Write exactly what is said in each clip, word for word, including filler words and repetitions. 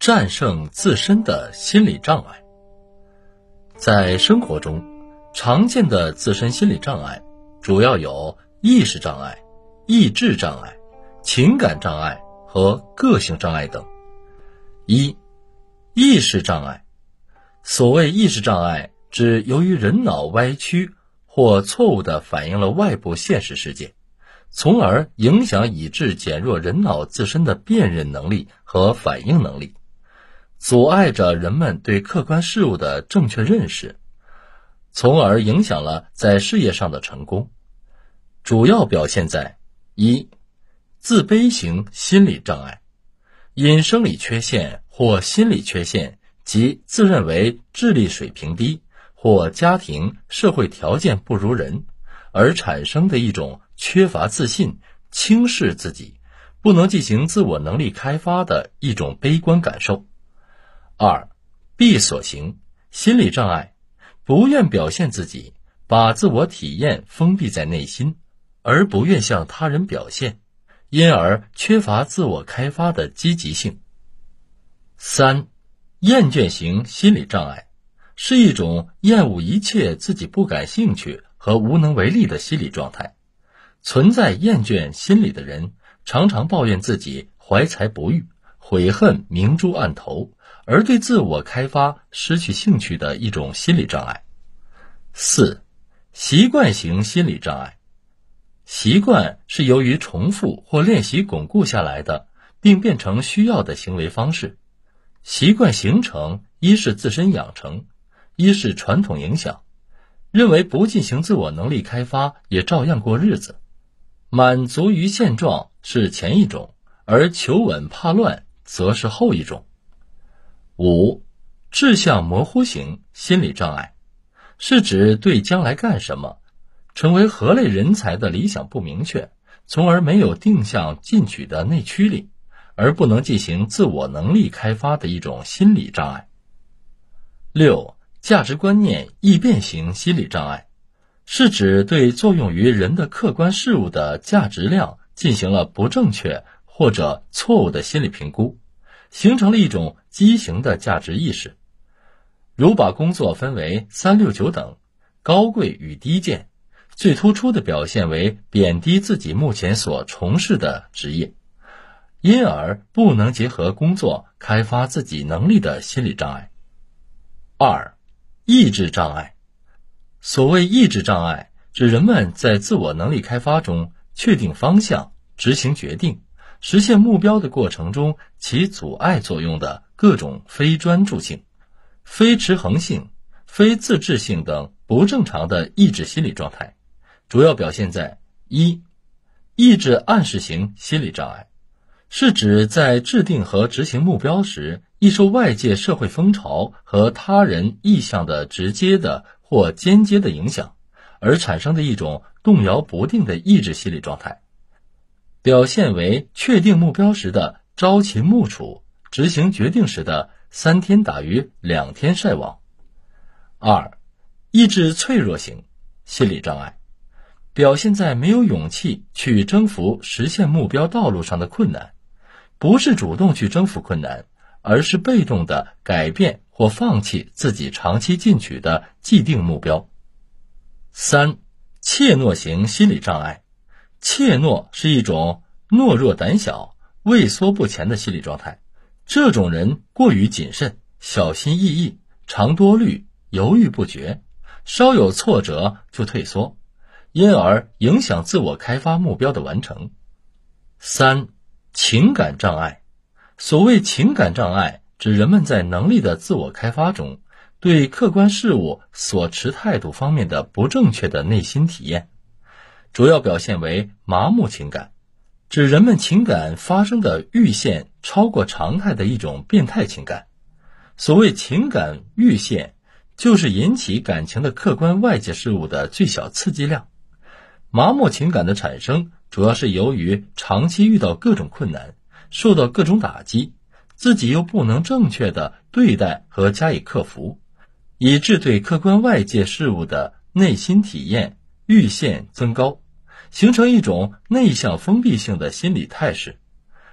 战胜自身的心理障碍。在生活中，常见的自身心理障碍主要有意识障碍、意志障碍、情感障碍和个性障碍等。一、意识障碍。所谓意识障碍，指由于人脑歪曲或错误地反映了外部现实世界，从而影响以致减弱人脑自身的辨认能力和反应能力，阻碍着人们对客观事物的正确认识，从而影响了在事业上的成功。主要表现在：一、自卑型心理障碍，因生理缺陷或心理缺陷及自认为智力水平低或家庭社会条件不如人而产生的一种缺乏自信、轻视自己、不能进行自我能力开发的一种悲观感受。二、闭锁型心理障碍，不愿表现自己，把自我体验封闭在内心，而不愿向他人表现，因而缺乏自我开发的积极性。三、厌倦型心理障碍，是一种厌恶一切自己不感兴趣和无能为力的心理状态。存在厌倦心理的人，常常抱怨自己怀才不遇，悔恨明珠暗投，而对自我开发失去兴趣的一种心理障碍。四、习惯型心理障碍。习惯是由于重复或练习巩固下来的，并变成需要的行为方式。习惯形成，一是自身养成，一是传统影响，认为不进行自我能力开发也照样过日子。满足于现状是前一种，而求稳怕乱则是后一种。五、志向模糊型心理障碍，是指对将来干什么、成为何类人才的理想不明确，从而没有定向进取的内驱力，而不能进行自我能力开发的一种心理障碍。六、价值观念易变型心理障碍，是指对作用于人的客观事物的价值量进行了不正确或者错误的心理评估，形成了一种畸形的价值意识。如把工作分为三六九等，高贵与低贱，最突出的表现为贬低自己目前所从事的职业，因而不能结合工作开发自己能力的心理障碍。二、意志障碍。所谓意志障碍，指人们在自我能力开发中确定方向、执行决定、实现目标的过程中起阻碍作用的各种非专注性、非持衡性、非自制性等不正常的意志心理状态，主要表现在：一、意志暗示型心理障碍，是指在制定和执行目标时，易受外界社会风潮和他人意向的直接的或间接的影响，而产生的一种动摇不定的意志心理状态，表现为确定目标时的朝秦暮楚，执行决定时的三天打鱼两天晒网。二、意志脆弱型心理障碍，表现在没有勇气去征服实现目标道路上的困难，不是主动去征服困难，而是被动的改变或放弃自己长期进取的既定目标。三、怯懦型心理障碍。怯懦是一种懦弱胆小、畏缩不前的心理状态，这种人过于谨慎、小心翼翼，常多虑、犹豫不决，稍有挫折就退缩，因而影响自我开发目标的完成。三、情感障碍。所谓情感障碍，指人们在能力的自我开发中，对客观事物所持态度方面的不正确的内心体验，主要表现为麻木情感，指人们情感发生的阈限超过常态的一种变态情感。所谓情感阈限，就是引起感情的客观外界事物的最小刺激量。麻木情感的产生，主要是由于长期遇到各种困难，受到各种打击，自己又不能正确的对待和加以克服，以致对客观外界事物的内心体验阈限增高，形成一种内向封闭性的心理态势。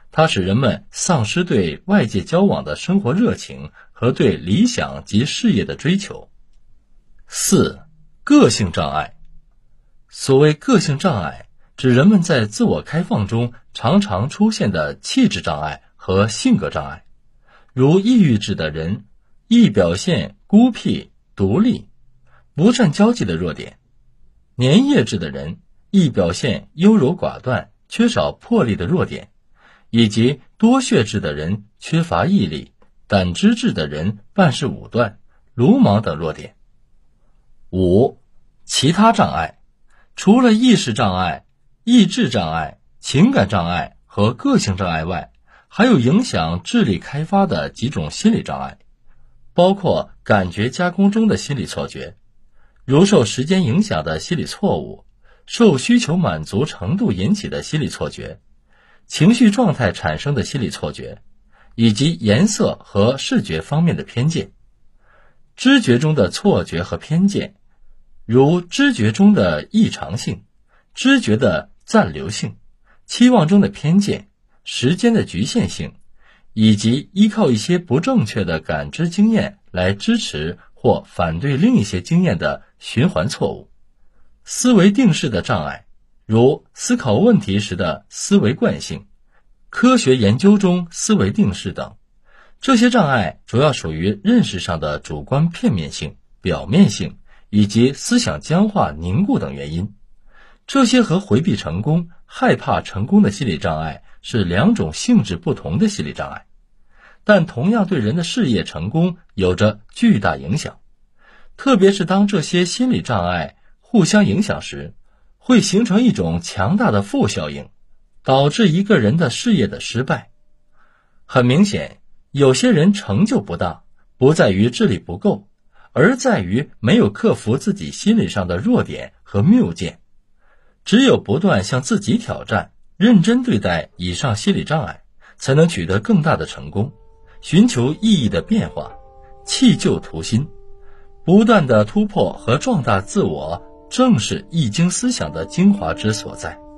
它使人们丧失对外界交往的生活热情和对理想及事业的追求。四、个性障碍。所谓个性障碍，指人们在自我开放中常常出现的气质障碍和性格障碍，如抑郁质的人易表现孤僻、独立、不善交际的弱点；粘液质的人易表现优柔寡断、缺少魄力的弱点，以及多血质的人缺乏毅力、胆汁质的人办事武断、鲁莽等弱点。五、其他障碍。除了意识障碍、意志障碍、情感障碍和个性障碍外，还有影响智力开发的几种心理障碍，包括感觉加工中的心理错觉，如受时间影响的心理错误，受需求满足程度引起的心理错觉，情绪状态产生的心理错觉，以及颜色和视觉方面的偏见。知觉中的错觉和偏见，如知觉中的异常性、知觉的暂留性、期望中的偏见、时间的局限性，以及依靠一些不正确的感知经验来支持或反对另一些经验的循环错误。思维定式的障碍，如思考问题时的思维惯性、科学研究中思维定式等。这些障碍主要属于认识上的主观片面性、表面性以及思想僵化凝固等原因。这些和回避成功、害怕成功的心理障碍是两种性质不同的心理障碍，但同样对人的事业成功有着巨大影响。特别是当这些心理障碍互相影响时，会形成一种强大的负效应，导致一个人的事业的失败。很明显，有些人成就不大，不在于智力不够，而在于没有克服自己心理上的弱点和谬见。只有不断向自己挑战，认真对待以上心理障碍，才能取得更大的成功，寻求意义的变化，弃旧图新。不断的突破和壮大自我，正是易经思想的精华之所在。